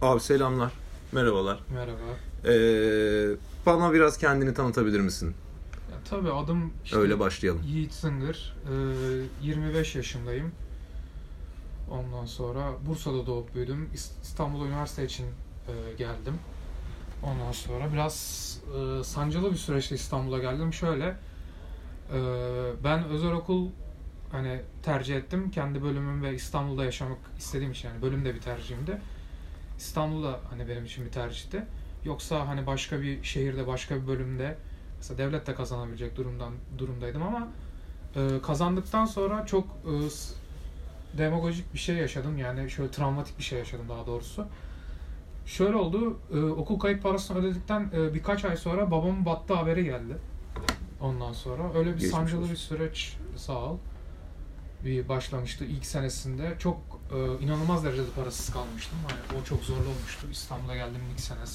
Abi selamlar, merhabalar. Merhaba. Bana biraz kendini tanıtabilir misin? Ya, tabii adım Öyle başlayalım. Yiğit Zıngır. 25 yaşındayım. Ondan sonra Bursa'da doğup büyüdüm. İstanbul Üniversite için geldim. Ondan sonra biraz sancılı bir süreçte İstanbul'a geldim. Şöyle, ben özel okul tercih ettim. Kendi bölümüm ve İstanbul'da yaşamak istediğim için, yani bölüm de bir tercihimdi. İstanbul'da benim için bir tercihti. Yoksa başka bir şehirde, başka bir bölümde mesela devlet de kazanabilecek durumdaydım ama kazandıktan sonra çok demagojik bir şey yaşadım. Yani şöyle travmatik bir şey yaşadım daha doğrusu. Şöyle oldu, okul kayıt parasını ödedikten birkaç ay sonra babamın battığı haberi geldi. Ondan sonra öyle bir Geçmiş sancılı olsun. bir süreç, sağ ol, bir başlamıştı ilk senesinde. Çok inanılmaz derecede parasız kalmıştım. O çok zorlu olmuştu İstanbul'a geldiğim ilk senesi.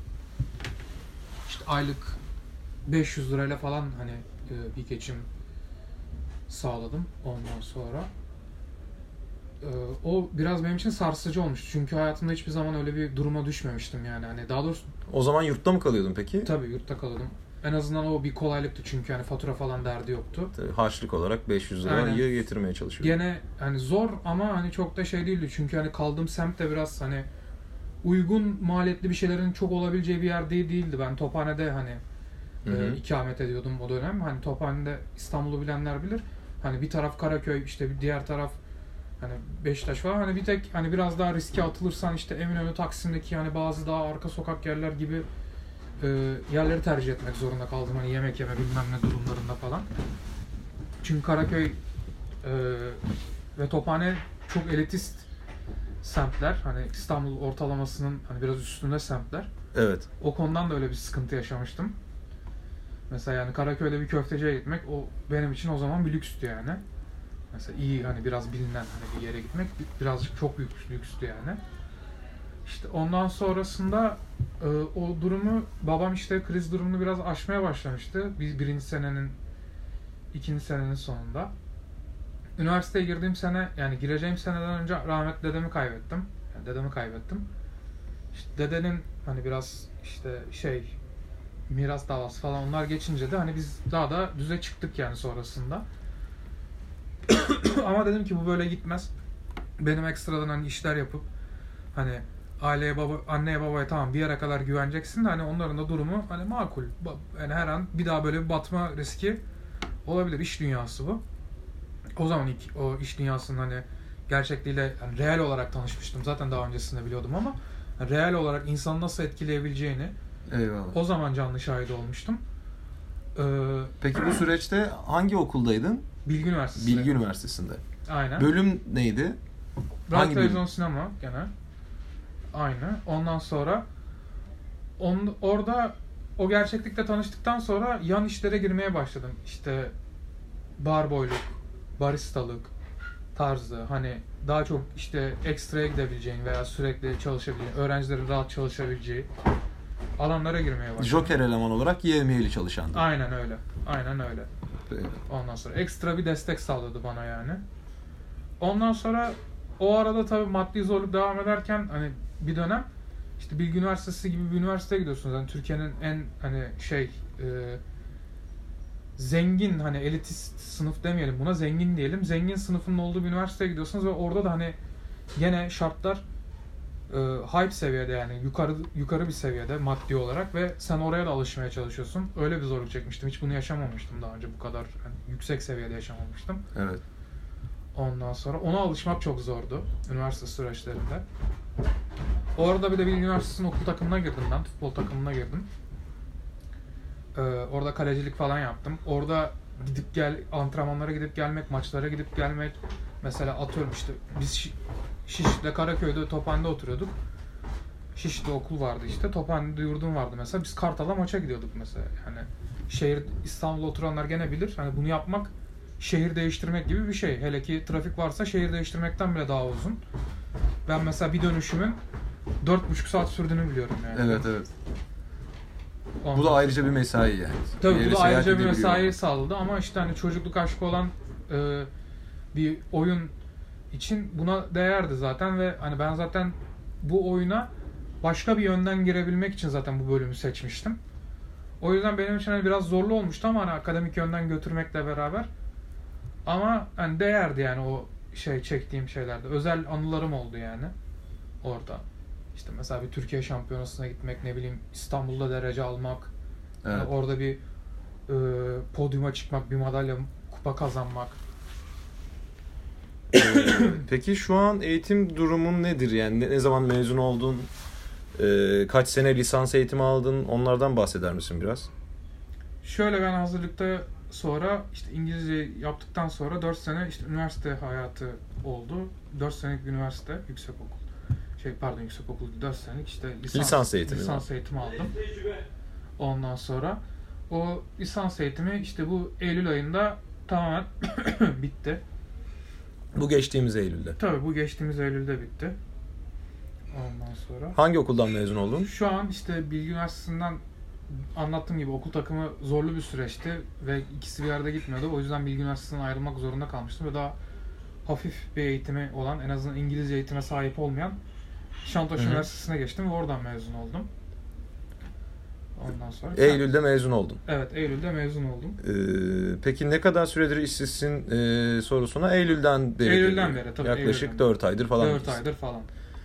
İşte aylık 500 lirayla falan bir geçim sağladım ondan sonra. O biraz benim için sarsıcı olmuştu. Çünkü hayatımda hiçbir zaman öyle bir duruma düşmemiştim yani. Daha doğrusu O zaman yurtta mı kalıyordun peki? tabii yurtta kalıyordum. En azından o bir kolaylıktı çünkü fatura falan derdi yoktu. Tabii, harçlık olarak 500 lirayı getirmeye çalışıyordun. Gene zor ama çok da şey değildi. Çünkü kaldığım semt de biraz uygun maliyetli bir şeylerin çok olabileceği bir yer değildi. Ben Tophane'de ikamet ediyordum o dönem. Tophane'de, İstanbul'u bilenler bilir. Bir taraf Karaköy, işte bir diğer taraf Beşiktaş falan. Bir tek biraz daha riske atılırsan işte Eminönü, Taksim'deki bazı daha arka sokak yerler gibi yerleri tercih etmek zorunda kaldım. Yemek yeme bilmem ne durumlarında falan. Çünkü Karaköy ve Tophane çok elitist semtler. İstanbul ortalamasının biraz üstünde semtler. Evet. O konudan da öyle bir sıkıntı yaşamıştım. Mesela Karaköy'de bir köfteciye gitmek o benim için o zaman bir lükstü yani. Mesela iyi biraz bilinen bir yere gitmek birazcık çok büyük lükstü yani. İşte ondan sonrasında o durumu babam kriz durumunu biraz aşmaya başlamıştı. Birinci senenin, ikinci senenin sonunda. Üniversiteye girdiğim sene, gireceğim seneden önce rahmetli dedemi kaybettim. Dedemi kaybettim. İşte dedenin biraz miras davası falan onlar geçince de biz daha da düze çıktık sonrasında. Ama dedim ki bu böyle gitmez. Benim ekstradan işler yapıp aileye, anneye babaya tamam bir yere kadar güveneceksin de onların da durumu makul. Her an bir daha böyle bir batma riski olabilir. İş dünyası bu. O zaman ilk o iş dünyasının gerçekliğiyle real olarak tanışmıştım. Zaten daha öncesinde biliyordum ama real olarak insanı nasıl etkileyebileceğini Eyvallah. o zaman canlı şahit olmuştum. Peki bu süreçte hangi okuldaydın? Bilgi Üniversitesi. Bilgi Üniversitesi'nde. Aynen. Bölüm neydi? Radyo, televizyon, sinema gene. Aynı. Ondan sonra orada o gerçeklikle tanıştıktan sonra yan işlere girmeye başladım. İşte barboyluk, baristalık tarzı daha çok ekstraya gidebileceğin veya sürekli çalışabileceğin, öğrencilerin rahat çalışabileceği alanlara girmeye başladım. Joker eleman olarak YM'li çalışandın. Aynen öyle. Aynen öyle. Evet. Ondan sonra ekstra bir destek sağladı bana yani. Ondan sonra o arada tabii maddi zorluk devam ederken bir dönem işte Bilgi Üniversitesi gibi bir üniversiteye gidiyorsunuz. Türkiye'nin en zengin elitist sınıf demeyelim buna, zengin diyelim. Zengin sınıfının olduğu bir üniversiteye gidiyorsunuz ve orada da gene şartlar hype seviyede yukarı bir seviyede maddi olarak ve sen oraya da alışmaya çalışıyorsun. Öyle bir zorluk çekmiştim. Hiç bunu yaşamamıştım daha önce, bu kadar yüksek seviyede yaşamamıştım. Evet. Ondan sonra ona alışmak çok zordu üniversite süreçlerinde. O arada bir de Bilgi Üniversitesi'nin okul takımına girdim ben. Futbol takımına girdim. Orada kalecilik falan yaptım. Orada antrenmanlara gidip gelmek, maçlara gidip gelmek. Mesela atıyorum biz Şişli'de, Karaköy'de, Tophane'de oturuyorduk. Şişli'de okul vardı işte. Tophane'de yurdum vardı mesela. Biz Kartal'a maça gidiyorduk mesela. İstanbul'da oturanlar gene bilir. Bunu yapmak şehir değiştirmek gibi bir şey. Hele ki trafik varsa şehir değiştirmekten bile daha uzun. Ben mesela bir dönüşümün 4,5 saat sürdüğünü biliyorum yani. Evet. Bu da ayrıca bir mesai yani. Tabii bu da ayrıca bir mesai sağladı ama çocukluk aşkı olan bir oyun için buna değerdi zaten ve ben zaten bu oyuna başka bir yönden girebilmek için zaten bu bölümü seçmiştim. O yüzden benim için hani biraz zorlu olmuştu ama hani akademik yönden götürmekle beraber. Ama hani değerdi yani o çektiğim şeylerde. Özel anılarım oldu yani orada. İşte mesela bir Türkiye şampiyonasına gitmek, ne bileyim İstanbul'da derece almak, Evet. yani orada bir podyuma çıkmak, bir madalya, kupa kazanmak. Peki şu an eğitim durumun nedir? Yani ne zaman mezun oldun? Kaç sene lisans eğitimi aldın? Onlardan bahseder misin biraz? Şöyle, ben hazırlıkta sonra işte İngilizce yaptıktan sonra 4 sene işte üniversite hayatı oldu. 4 senelik üniversite, yüksekokul. Yüksekokul 4 senelik işte lisans eğitimi aldım. Ondan sonra o lisans eğitimi işte bu Eylül ayında tamamen bitti. Bu geçtiğimiz Eylül'de. Tabii bu geçtiğimiz Eylül'de bitti. Ondan sonra. Hangi okuldan mezun oldun? Şu an işte Bilgi Üniversitesi'nden anlattığım gibi okul takımı zorlu bir süreçti ve ikisi bir arada gitmiyordu. O yüzden Bilgi Üniversitesi'nden ayrılmak zorunda kalmıştım ve daha hafif bir eğitimi olan, en azından İngilizce eğitime sahip olmayan Nişantaşı Üniversitesi'ne geçtim ve oradan mezun oldum. Ondan sonra Eylül'de mezun oldun. Evet, Eylül'de mezun oldum. Peki ne kadar süredir işsizsin sorusuna Eylül'den beri tabii. Yaklaşık Eylül'den 4 aydır falan. 4 aydır falan.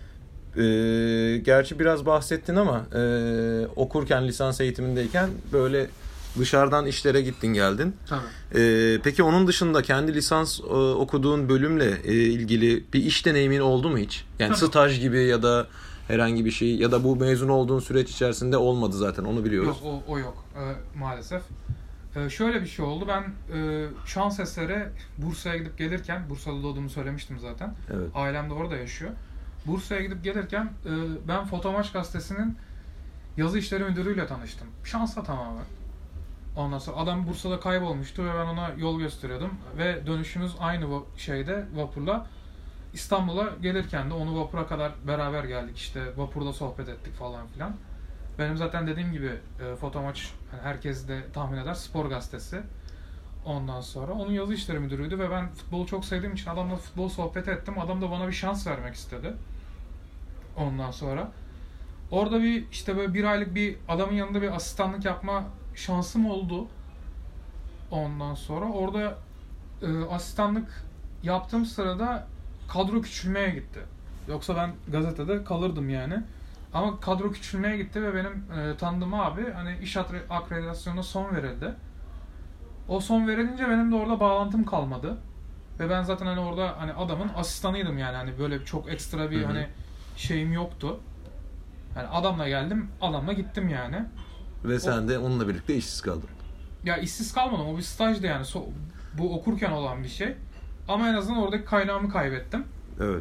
Gerçi biraz bahsettin ama okurken, lisans eğitimindeyken böyle dışarıdan işlere gittin geldin. Tabii. Peki onun dışında kendi lisans okuduğun bölümle ilgili bir iş deneyimin oldu mu hiç? Yani Tabii. staj gibi ya da herhangi bir şey, ya da bu mezun olduğun süreç içerisinde olmadı zaten, onu biliyoruz. Yok, o yok maalesef. Şöyle bir şey oldu. Ben şans eseri Bursa'ya gidip gelirken, Bursa'da doğduğumu söylemiştim zaten. Evet. Ailem de orada yaşıyor. Bursa'ya gidip gelirken ben Fotomaç Gazetesi'nin yazı işleri müdürüyle tanıştım. Şansla tamamen. Ondan sonra adam Bursa'da kaybolmuştu ve ben ona yol gösteriyordum. Ve dönüşümüz aynı vapurla İstanbul'a gelirken de onu vapura kadar beraber geldik. İşte vapurda sohbet ettik falan filan. Benim zaten dediğim gibi Fotomaç, yani herkes de tahmin eder, spor gazetesi. Ondan sonra onun yazı işleri müdürüydü ve ben futbolu çok sevdiğim için adamla futbol sohbet ettim. Adam da bana bir şans vermek istedi. Ondan sonra orada böyle bir aylık bir adamın yanında bir asistanlık yapma şansım oldu. Ondan sonra orada asistanlık yaptığım sırada kadro küçülmeye gitti. Yoksa ben gazetede kalırdım yani. Ama kadro küçülmeye gitti ve benim tanıdığım abi hani iş akreditasyonuna son verildi. O son verilince benim de orada bağlantım kalmadı. Ve ben zaten hani orada hani adamın asistanıydım yani, hani böyle çok ekstra bir hani şeyim yoktu. Yani adamla geldim, adamla gittim yani. Ve sen de onunla birlikte işsiz kaldın. Ya işsiz kalmadım, o bir stajdı yani. Bu okurken olan bir şey. Ama en azından oradaki kaynağımı kaybettim. Evet.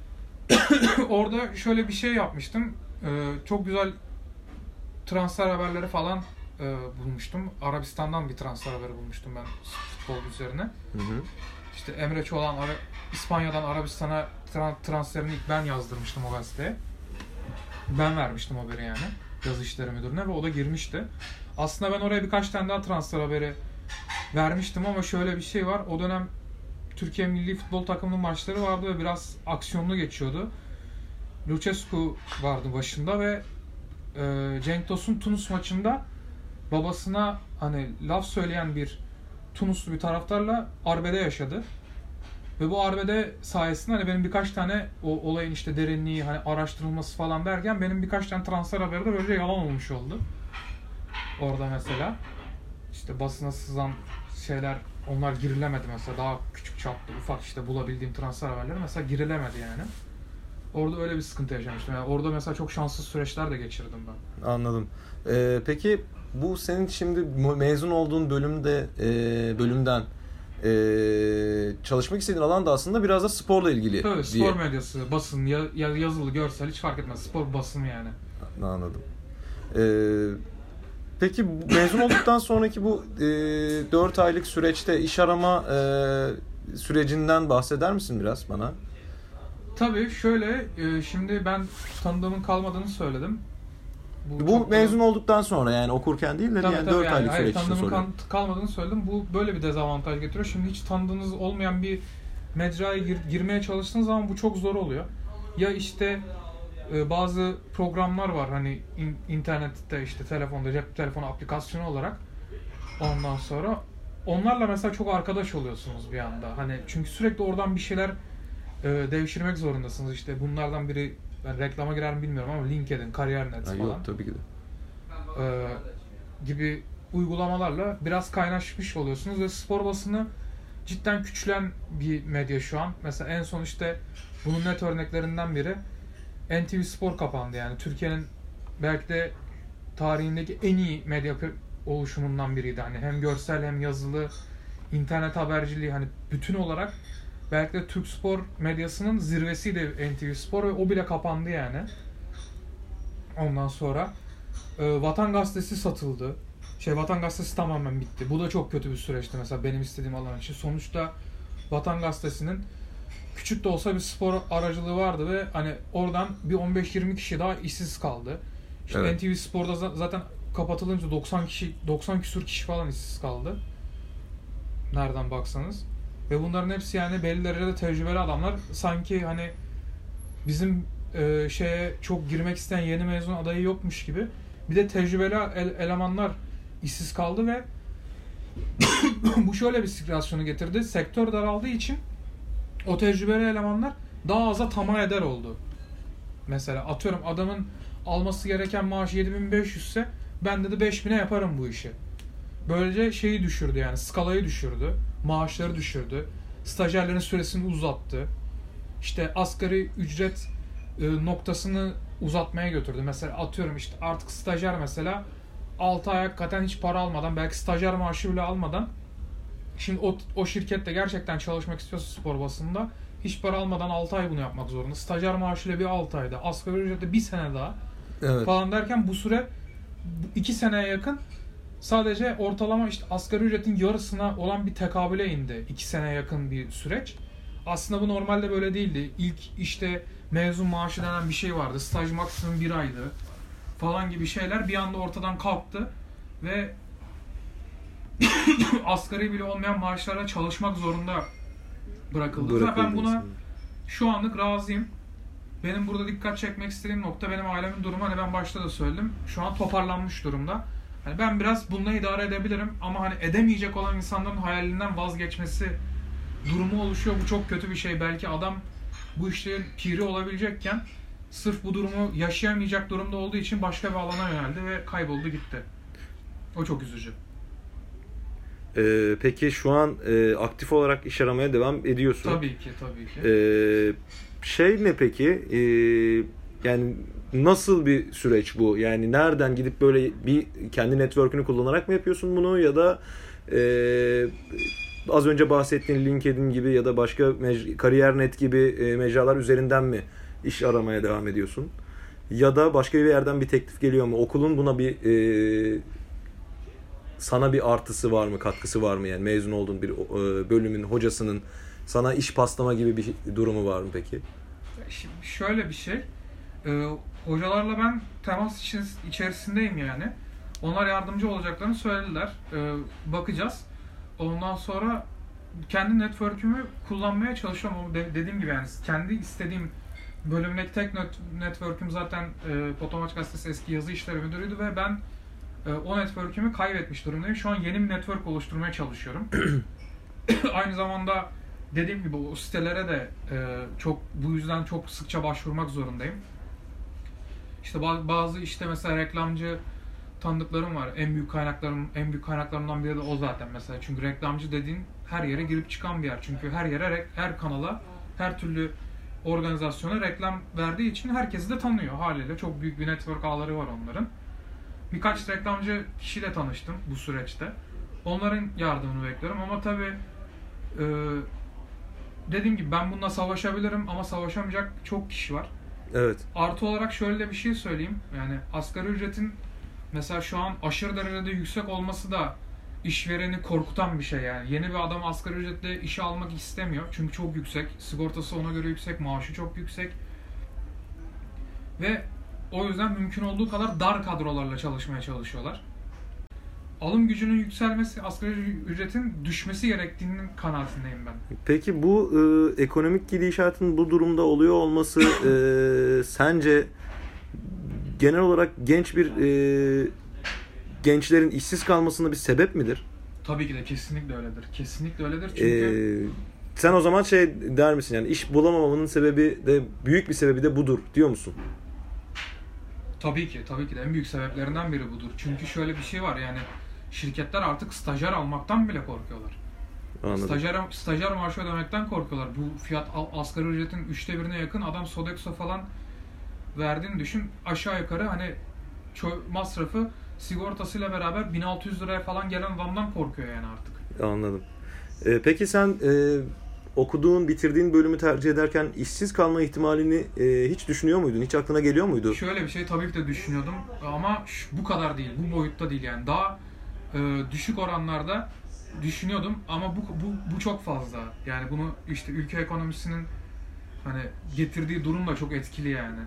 Orada şöyle bir şey yapmıştım. Çok güzel transfer haberleri falan bulmuştum. Arabistan'dan bir transfer haberi bulmuştum ben futbol üzerine. İşte Emre Çoğlan İspanya'dan Arabistan'a transferini ilk ben yazdırmıştım o gazeteye. Ben vermiştim haberi yani. Yazı işleri müdürüne ve o da girmişti. Aslında ben oraya birkaç tane daha transfer haberi vermiştim ama şöyle bir şey var. O dönem Türkiye milli futbol takımının maçları vardı ve biraz aksiyonlu geçiyordu. Lucescu vardı başında ve Cenk Tosun Tunus maçında babasına hani laf söyleyen bir Tunuslu bir taraftarla arbede yaşadı. Ve bu arbede sayesinde hani benim birkaç tane o olayın işte derinliği, hani araştırılması falan derken benim birkaç tane transfer haberi de böyle yalan olmuş oldu. Orada mesela işte basına sızan şeyler, onlar girilemedi mesela. Daha küçük çaplı, ufak işte bulabildiğim transfer haberleri mesela girilemedi yani. Orada öyle bir sıkıntı yaşamıştım. Yani orada mesela çok şanssız süreçler de geçirdim ben. Anladım. Peki bu senin şimdi mezun olduğun bölümden çalışmak istediğin alan da aslında biraz da sporla ilgili. Tabii spor medyası, basın, yazılı, görsel hiç fark etmez. Spor basını yani. Anladım. Peki mezun olduktan sonraki bu 4 aylık süreçte iş arama sürecinden bahseder misin biraz bana? Tabii şöyle, şimdi ben tanıdığımın kalmadığını söyledim. Bu mezun olduktan sonra yani okurken değil de tabii, yani 4 aylık süreç için soruyorum. Tanıdığımın kalmadığını söyledim. Bu böyle bir dezavantaj getiriyor. Şimdi hiç tanıdığınız olmayan bir mecraya girmeye çalıştığınız zaman bu çok zor oluyor. Ya işte bazı programlar var hani internette işte telefonda cep telefonu aplikasyonu olarak. Ondan sonra onlarla mesela çok arkadaş oluyorsunuz bir anda. Hani çünkü sürekli oradan bir şeyler devşirmek zorundasınız. İşte bunlardan biri, ben reklama girer mi bilmiyorum ama LinkedIn, Kariyer.net falan. Yok tabii ki de. Gibi uygulamalarla biraz kaynaşmış oluyorsunuz ve spor basını cidden küçülen bir medya şu an. Mesela en son işte bunun net örneklerinden biri NTV Spor kapandı yani. Türkiye'nin belki de tarihindeki en iyi medya oluşumundan biriydi. Hani hem görsel hem yazılı, internet haberciliği hani bütün olarak belki de Türk spor medyasının zirvesiydi NTV Spor ve o bile kapandı yani. Ondan sonra Vatan Gazetesi satıldı. Vatan Gazetesi tamamen bitti. Bu da çok kötü bir süreçti mesela benim istediğim alan için. Sonuçta Vatan Gazetesi'nin küçük de olsa bir spor aracılığı vardı ve hani oradan bir 15-20 kişi daha işsiz kaldı. İşte Evet. NTV Spor'da zaten kapatılınca 90 küsur kişi falan işsiz kaldı. Nereden baksanız. Ve bunların hepsi yani belli derecede tecrübeli adamlar. Sanki hani bizim şeye çok girmek isteyen yeni mezun adayı yokmuş gibi. Bir de tecrübeli elemanlar işsiz kaldı ve bu şöyle bir sirkülasyonu getirdi. Sektör daraldığı için o tecrübeli elemanlar daha aza tamah eder oldu. Mesela atıyorum adamın alması gereken maaş 7.500 ise ben dedi 5.000'e yaparım bu işi. Böylece şeyi düşürdü yani skalayı düşürdü. Maaşları düşürdü. Stajyerlerin süresini uzattı. İşte asgari ücret noktasını uzatmaya götürdü. Mesela atıyorum işte artık stajyer mesela 6 ay hakikaten hiç para almadan belki stajyer maaşı bile almadan şimdi o şirkette gerçekten çalışmak istiyorsa spor basında hiç para almadan 6 ay bunu yapmak zorunda. Stajyer maaşıyla bir 6 ayda, asgari ücretle bir sene daha falan derken bu süre 2 seneye yakın sadece ortalama işte asgari ücretin yarısına olan bir tekabüle indi. 2 seneye yakın bir süreç. Aslında bu normalde böyle değildi. İlk işte mezun maaşı denen bir şey vardı. Staj maksimum 1 aydı falan gibi şeyler bir anda ortadan kalktı ve asgari bile olmayan maaşlarla çalışmak zorunda bırakıldı. Ben buna şu anlık razıyım. Benim burada dikkat çekmek istediğim nokta benim ailemin durumu. Hani ben başta da söyledim. Şu an toparlanmış durumda. Hani ben biraz bununla idare edebilirim ama hani edemeyecek olan insanların hayalinden vazgeçmesi durumu oluşuyor. Bu çok kötü bir şey. Belki adam bu işlerin piri olabilecekken sırf bu durumu yaşayamayacak durumda olduğu için başka bir alana yöneldi ve kayboldu gitti. O çok üzücü. Peki şu an aktif olarak iş aramaya devam ediyorsun. Tabii ki. Şey ne peki? Yani nasıl bir süreç bu? Yani nereden gidip böyle bir kendi network'ünü kullanarak mı yapıyorsun bunu ya da az önce bahsettiğin LinkedIn gibi ya da başka Kariyer.net gibi mecralar üzerinden mi iş aramaya devam ediyorsun? Ya da başka bir yerden bir teklif geliyor mu? Okulun buna bir sana bir artısı var mı, katkısı var mı? Yani mezun olduğun bir bölümün hocasının sana iş paslama gibi bir durumu var mı peki? Şimdi şöyle bir şey. Hocalarla ben temas içerisindeyim yani. Onlar yardımcı olacaklarını söylediler. Bakacağız. Ondan sonra kendi network'ümü kullanmaya çalışıyorum. Ama dediğim gibi yani kendi istediğim bölümdeki tek network'üm zaten Potomac Gazetesi eski yazı işleri müdürüydü ve ben o network'ümü kaybetmiş durumdayım. Şu an yeni bir network oluşturmaya çalışıyorum. Aynı zamanda dediğim gibi o sitelere de bu yüzden çok sıkça başvurmak zorundayım. İşte bazı işte mesela reklamcı tanıdıklarım var. En büyük kaynaklarımdan biri de o zaten mesela. Çünkü reklamcı dediğin her yere girip çıkan bir yer. Çünkü her kanala, her türlü organizasyona reklam verdiği için herkesi de tanıyor haliyle. Çok büyük bir network ağları var onların. Birkaç reklamcı kişiyle tanıştım bu süreçte. Onların yardımını bekliyorum ama tabii dediğim gibi ben bununla savaşabilirim ama savaşamayacak çok kişi var. Evet. Artı olarak şöyle de bir şey söyleyeyim. Yani asgari ücretin mesela şu an aşırı derecede yüksek olması da işvereni korkutan bir şey yani. Yeni bir adam asgari ücretle işe almak istemiyor. Çünkü çok yüksek. Sigortası ona göre yüksek, maaşı çok yüksek. Ve o yüzden mümkün olduğu kadar dar kadrolarla çalışmaya çalışıyorlar. Alım gücünün yükselmesi, asgari ücretin düşmesi gerektiğinin kanaatindeyim ben. Peki bu ekonomik gidişatın bu durumda oluyor olması sence genel olarak gençlerin işsiz kalmasına bir sebep midir? Tabii ki de kesinlikle öyledir. Kesinlikle öyledir çünkü Sen o zaman şey der misin, yani iş bulamamamın sebebi de, büyük bir sebebi de budur diyor musun? tabii ki de en büyük sebeplerinden biri budur. Çünkü şöyle bir şey var, yani şirketler artık stajyer almaktan bile korkuyorlar. Anladım. Stajyer maaşı ödemekten korkuyorlar. Bu fiyat asgari ücretin 1/3'üne yakın, adam Sodexo falan verdiğini düşün. Aşağı yukarı hani masrafı sigortasıyla beraber 1600 liraya falan gelen adamdan korkuyor yani artık. Anladım. Peki sen okuduğun, bitirdiğin bölümü tercih ederken işsiz kalma ihtimalini hiç düşünüyor muydun? Hiç aklına geliyor muydu? Şöyle bir şey tabii ki de düşünüyordum ama bu kadar değil, bu boyutta değil yani. Daha düşük oranlarda düşünüyordum ama bu çok fazla. Yani bunu işte ülke ekonomisinin hani getirdiği durum da çok etkili yani.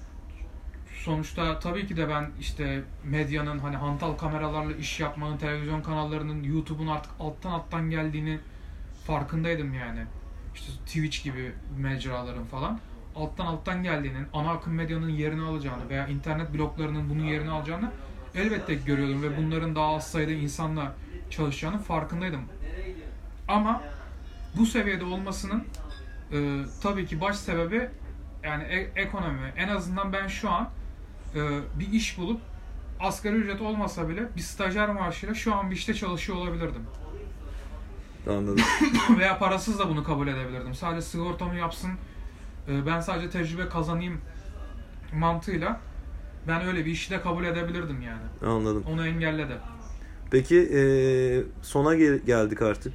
Sonuçta tabii ki de ben işte medyanın hani hantal kameralarla iş yapmanın, televizyon kanallarının, YouTube'un artık alttan geldiğini farkındaydım yani. İşte Twitch gibi mecraların falan alttan geldiğinin, ana akım medyanın yerini alacağını veya internet bloglarının bunun yerini alacağını elbette görüyordum ve bunların daha az sayıda insanla çalışacağını farkındaydım. Ama bu seviyede olmasının tabii ki baş sebebi yani ekonomi. En azından ben şu an bir iş bulup asgari ücret olmasa bile bir stajyer maaşıyla şu an bir işte çalışıyor olabilirdim. Anladım. Veya parasız da bunu kabul edebilirdim. Sadece sigortamı yapsın, ben sadece tecrübe kazanayım mantığıyla ben öyle bir işi de kabul edebilirdim yani. Anladım. Onu engelledi. Peki sona geldik artık.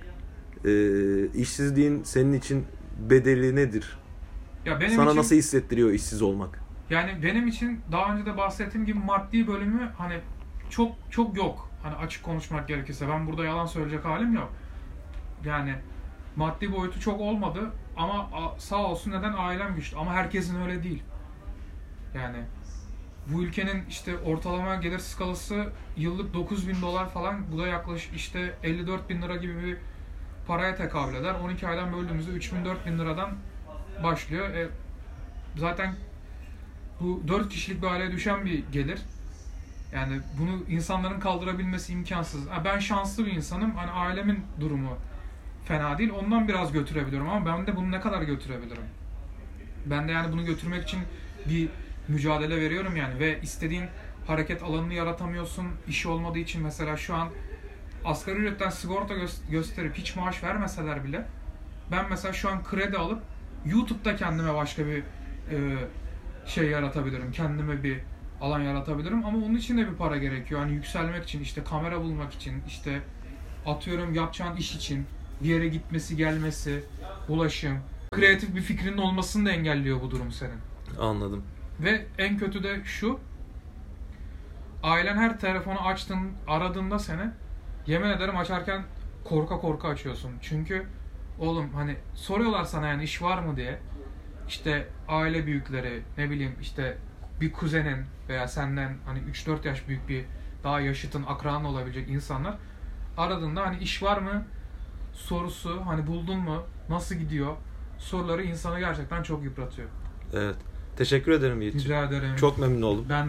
İşsizliğin senin için bedeli nedir? Ya benim Sana için, nasıl hissettiriyor işsiz olmak? yani benim için daha önce de bahsettiğim gibi maddi bölümü hani çok yok. Hani açık konuşmak gerekirse ben burada yalan söyleyecek halim yok. Yani maddi boyutu çok olmadı ama sağ olsun neden ailem güçlü ama herkesin öyle değil. Yani bu ülkenin işte ortalama gelir skalası yıllık 9.000 dolar falan, bu da yaklaşık işte 54.000 lira gibi bir paraya tekabül eder. 12 aydan böldüğümüzde 3.000-4.000 liradan başlıyor. Zaten bu 4 kişilik bir aileye düşen bir gelir. Yani bunu insanların kaldırabilmesi imkansız. Ben şanslı bir insanım. Hani ailemin durumu fena değil. Ondan biraz götürebiliyorum ama ben de bunu ne kadar götürebilirim? Ben de yani bunu götürmek için bir mücadele veriyorum yani ve istediğin hareket alanını yaratamıyorsun. İşi olmadığı için mesela şu an asgari ücretten sigorta gösterip hiç maaş vermeseler bile ben mesela şu an kredi alıp YouTube'da kendime başka bir şey yaratabilirim. Kendime bir alan yaratabilirim ama onun için de bir para gerekiyor. Hani yükselmek için, işte kamera bulmak için, işte atıyorum yapacağın iş için bir yere gitmesi, gelmesi, ulaşım. Kreatif bir fikrinin olmasını da engelliyor bu durum senin. Anladım. Ve en kötü de şu, ailen her telefonu aradığında seni, yemin ederim açarken korka açıyorsun. Çünkü oğlum hani soruyorlar sana yani iş var mı diye. İşte aile büyükleri, ne bileyim işte bir kuzenin veya senden hani 3-4 yaş büyük bir daha yaşıtın, akranın olabilecek insanlar aradığında hani iş var mı sorusu, hani buldun mu, nasıl gidiyor soruları insanı gerçekten çok yıpratıyor. Evet. Teşekkür ederim Yiğit'ciğim. Rica ederim. Çok memnun oldum. Ben